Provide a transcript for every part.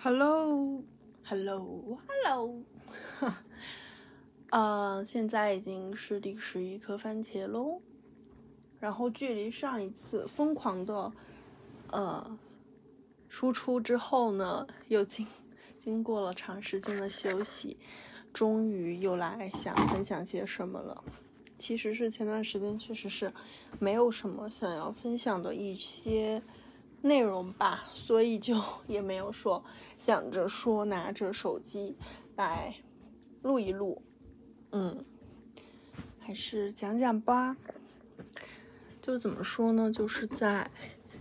Hello，现在已经是第11颗番茄喽，然后距离上一次疯狂的输出之后呢，又经过了长时间的休息，终于又来想分享些什么了。其实是前段时间确实是没有什么想要分享的一些内容吧，所以就也没有说想着说拿着手机来录一录，还是讲讲吧。就怎么说呢，就是在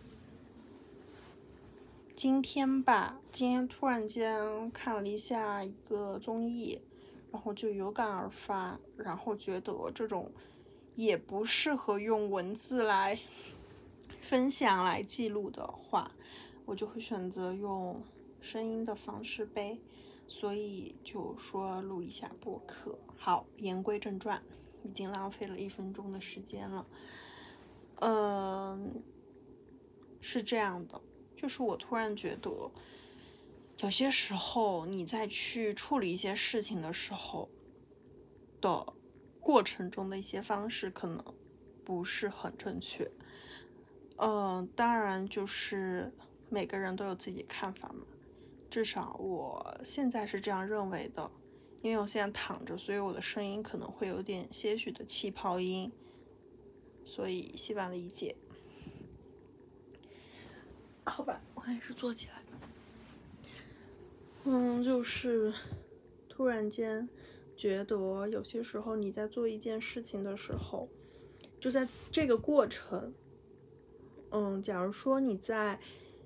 今天突然间看了一下一个综艺，然后就有感而发，然后觉得这种也不适合用文字来分享来记录的话，我就会选择用声音的方式呗，所以就说录一下播客。好，言归正传，已经浪费了1分钟的时间了。是这样的，就是我突然觉得有些时候你在去处理一些事情的时候的过程中的一些方式可能不是很正确。当然就是每个人都有自己看法嘛，至少我现在是这样认为的。因为我现在躺着，所以我的声音可能会有点些许的气泡音，所以希望理解。好吧，我还是坐起来。就是突然间觉得有些时候你在做一件事情的时候，就在这个过程，假如说你在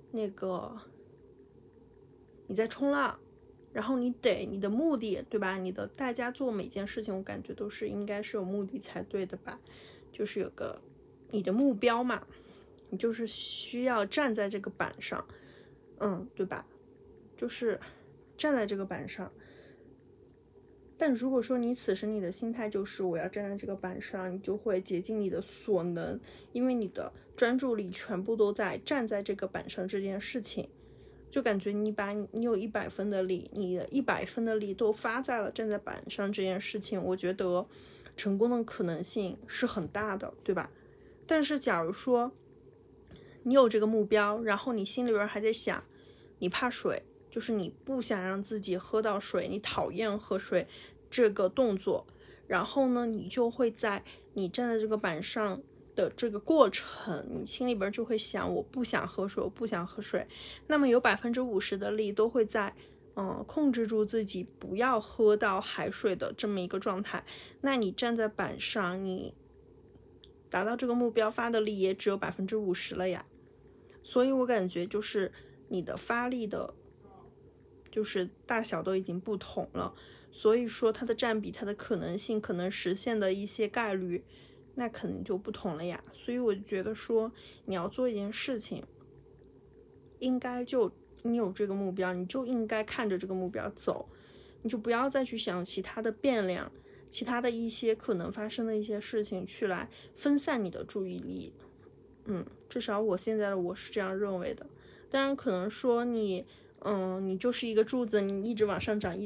冲浪，然后你的目的，对吧？大家做每件事情，我感觉都是应该是有目的才对的吧？就是有个你的目标嘛，你就是需要站在这个板上，对吧？就是站在这个板上。但如果说你此时你的心态就是我要站在这个板上，你就会竭尽你的所能，因为你的专注力全部都在站在这个板上这件事情，就感觉你有100分的力，你的100分的力都发在了站在板上这件事情，我觉得成功的可能性是很大的，对吧？但是假如说你有这个目标，然后你心里边还在想你怕水，就是你不想让自己喝到水，你讨厌喝水这个动作，然后呢你就会在你站在这个板上的这个过程，你心里边就会想我不想喝水，那么有50%的力都会在控制住自己不要喝到海水的这么一个状态。那你站在板上，你达到这个目标发的力也只有50%了呀。所以我感觉就是你的发力的就是大小都已经不同了，所以说它的占比，它的可能性，可能实现的一些概率，那肯定就不同了呀。所以我觉得说你要做一件事情，应该就你有这个目标，你就应该看着这个目标走，你就不要再去想其他的变量，其他的一些可能发生的一些事情去来分散你的注意力。至少我现在我是这样认为的。当然可能说你就是一个柱子，你一直往上涨，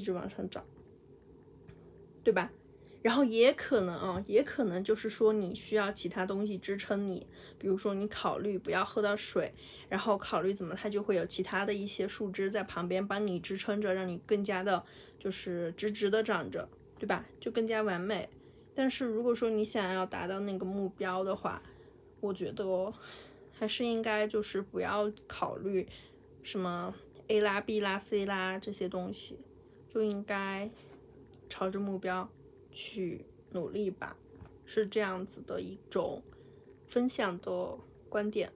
对吧？然后也可能就是说你需要其他东西支撑你，比如说你考虑不要喝到水，然后考虑怎么它就会有其他的一些树枝在旁边帮你支撑着，让你更加的就是直直的长着，对吧？就更加完美。但是如果说你想要达到那个目标的话，我觉得还是应该就是不要考虑什么 A 啦 B 啦 C 啦这些东西，就应该朝着目标去努力吧，是这样子的一种分享的观点。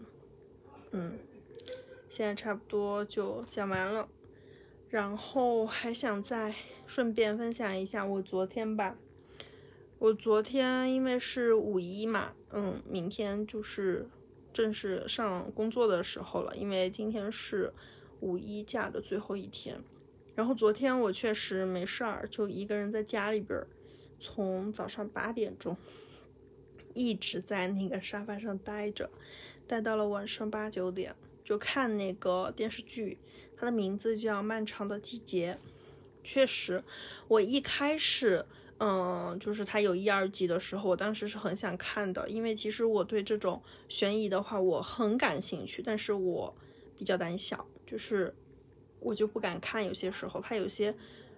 现在差不多就讲完了，然后还想再顺便分享一下我昨天吧。我昨天因为是5·1嘛，明天就是正式上工作的时候了，因为今天是5·1假的最后一天。然后昨天我确实没事儿，就一个人在家里边，从早上8点钟一直在那个沙发上待到了晚上8、9点，就看那个电视剧， 它的名字叫《漫长的季节》。确实，我一开始就是它有1、2集的时候，我当时是很想看的，因为其实我对这种悬疑的话我很感兴趣，但是我比较胆小，就是我就不敢看，有些时候它有些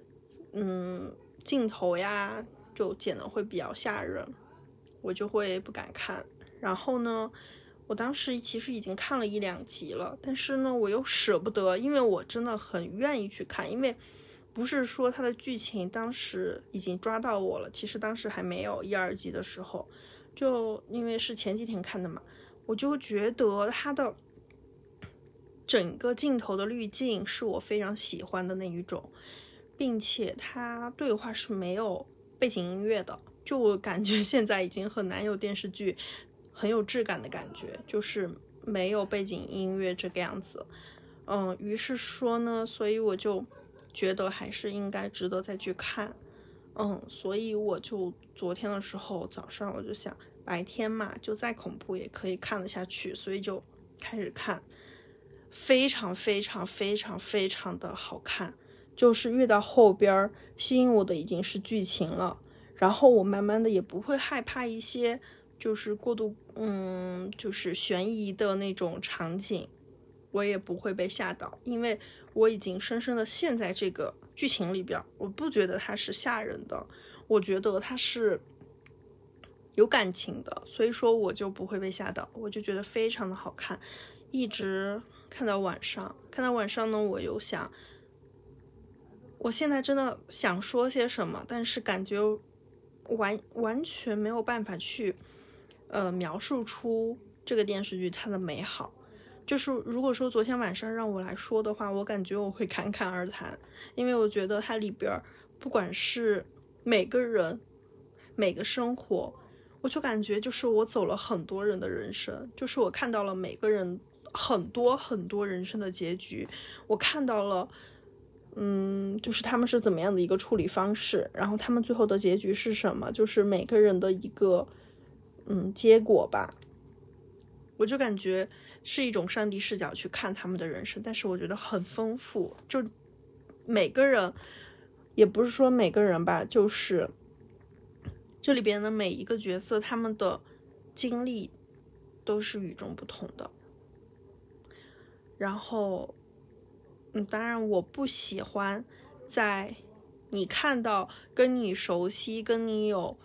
镜头呀就剪得会比较吓人，我就会不敢看。然后呢，我当时其实已经看了1、2集了，但是呢我又舍不得，因为我真的很愿意去看，因为不是说它的剧情当时已经抓到我了，其实当时还没有1、2集的时候，就因为是前几天看的嘛，我就觉得它的整个镜头的滤镜是我非常喜欢的那一种，并且它对话是没有背景音乐的，就我感觉现在已经很难有电视剧很有质感的感觉，就是没有背景音乐这个样子。于是说呢，所以我就觉得还是应该值得再去看。所以我就昨天的时候早上我就想白天嘛就再恐怖也可以看得下去，所以就开始看，非常非常非常非常的好看，就是越到后边吸引我的已经是剧情了，然后我慢慢的也不会害怕一些就是过度就是悬疑的那种场景，我也不会被吓到，因为我已经深深的陷在这个剧情里边，我不觉得它是吓人的，我觉得它是有感情的，所以说我就不会被吓到，我就觉得非常的好看，一直看到晚上。看到晚上呢，我又想我现在真的想说些什么，但是感觉完全没有办法去描述出这个电视剧它的美好。就是如果说昨天晚上让我来说的话，我感觉我会侃侃而谈，因为我觉得它里边不管是每个人每个生活，我就感觉就是我走了很多人的人生，就是我看到了每个人很多很多人生的结局，我看到了就是他们是怎么样的一个处理方式，然后他们最后的结局是什么，就是每个人的一个结果吧。我就感觉是一种上帝视角去看他们的人生，但是我觉得很丰富，就每个人也不是说每个人吧，就是这里边的每一个角色他们的经历都是与众不同的。然后当然我不喜欢在你看到跟你熟悉跟你有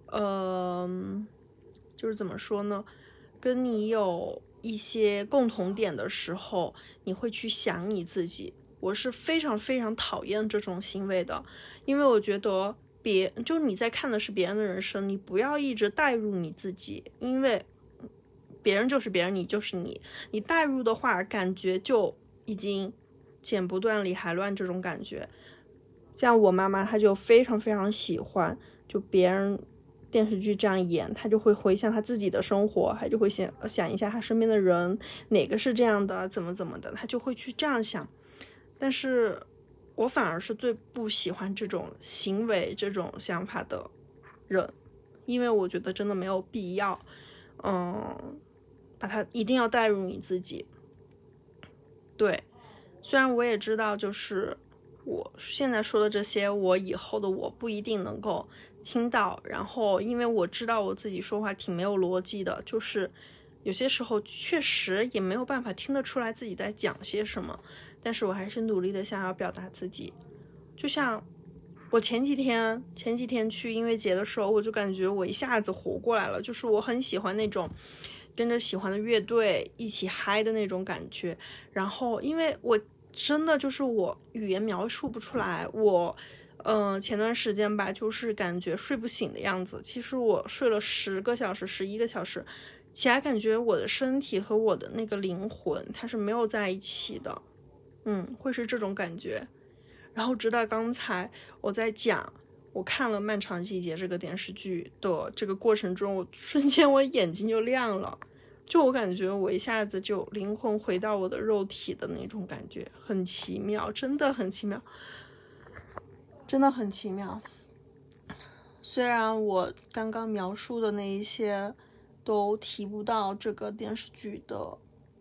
就是怎么说呢，跟你有一些共同点的时候你会去想你自己，我是非常非常讨厌这种行为的，因为我觉得就你在看的是别人的人生，你不要一直带入你自己，因为别人就是别人，你就是你，你带入的话感觉就已经剪不断理还乱这种感觉。像我妈妈她就非常非常喜欢就别人电视剧这样演，她就会回想她自己的生活，她就会想一下她身边的人哪个是这样的怎么的，她就会去这样想。但是我反而是最不喜欢这种行为这种想法的人，因为我觉得真的没有必要把它一定要带入你自己。对，虽然我也知道就是我现在说的这些我以后的我不一定能够听到，然后因为我知道我自己说话挺没有逻辑的，就是有些时候确实也没有办法听得出来自己在讲些什么，但是我还是努力的想要表达自己。就像我前几天去音乐节的时候，我就感觉我一下子活过来了，就是我很喜欢那种跟着喜欢的乐队一起嗨的那种感觉。然后因为我真的就是我语言描述不出来，我前段时间吧就是感觉睡不醒的样子，其实我睡了10个小时11个小时，起来感觉我的身体和我的那个灵魂它是没有在一起的，会是这种感觉。然后直到刚才我在讲我看了《漫长季节》这个电视剧的这个过程中，我瞬间我眼睛就亮了，就我感觉我一下子就灵魂回到我的肉体的那种感觉，很奇妙，真的很奇妙，真的很奇妙。虽然我刚刚描述的那一些都提不到这个电视剧的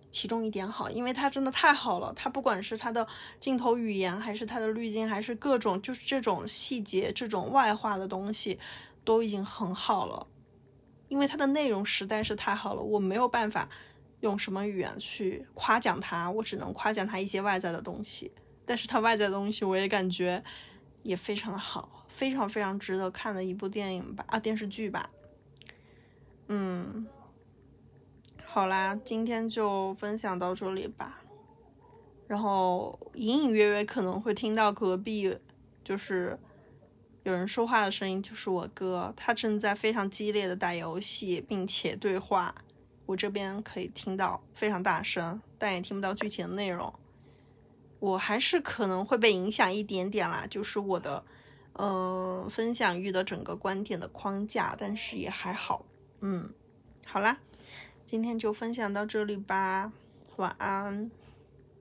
其中一点好，因为它真的太好了，它不管是它的镜头语言，还是它的滤镜，还是各种就是这种细节，这种外化的东西都已经很好了，因为它的内容实在是太好了，我没有办法用什么语言去夸奖它，我只能夸奖它一些外在的东西，但是它外在的东西我也感觉也非常的好，非常非常值得看的一部电影吧，电视剧吧。好啦，今天就分享到这里吧。然后隐隐约约可能会听到隔壁就是有人说话的声音，就是我哥，他正在非常激烈的打游戏并且对话，我这边可以听到非常大声，但也听不到具体的内容。我还是可能会被影响一点点啦，就是我的分享欲的整个观点的框架，但是也还好。好啦，今天就分享到这里吧，晚安。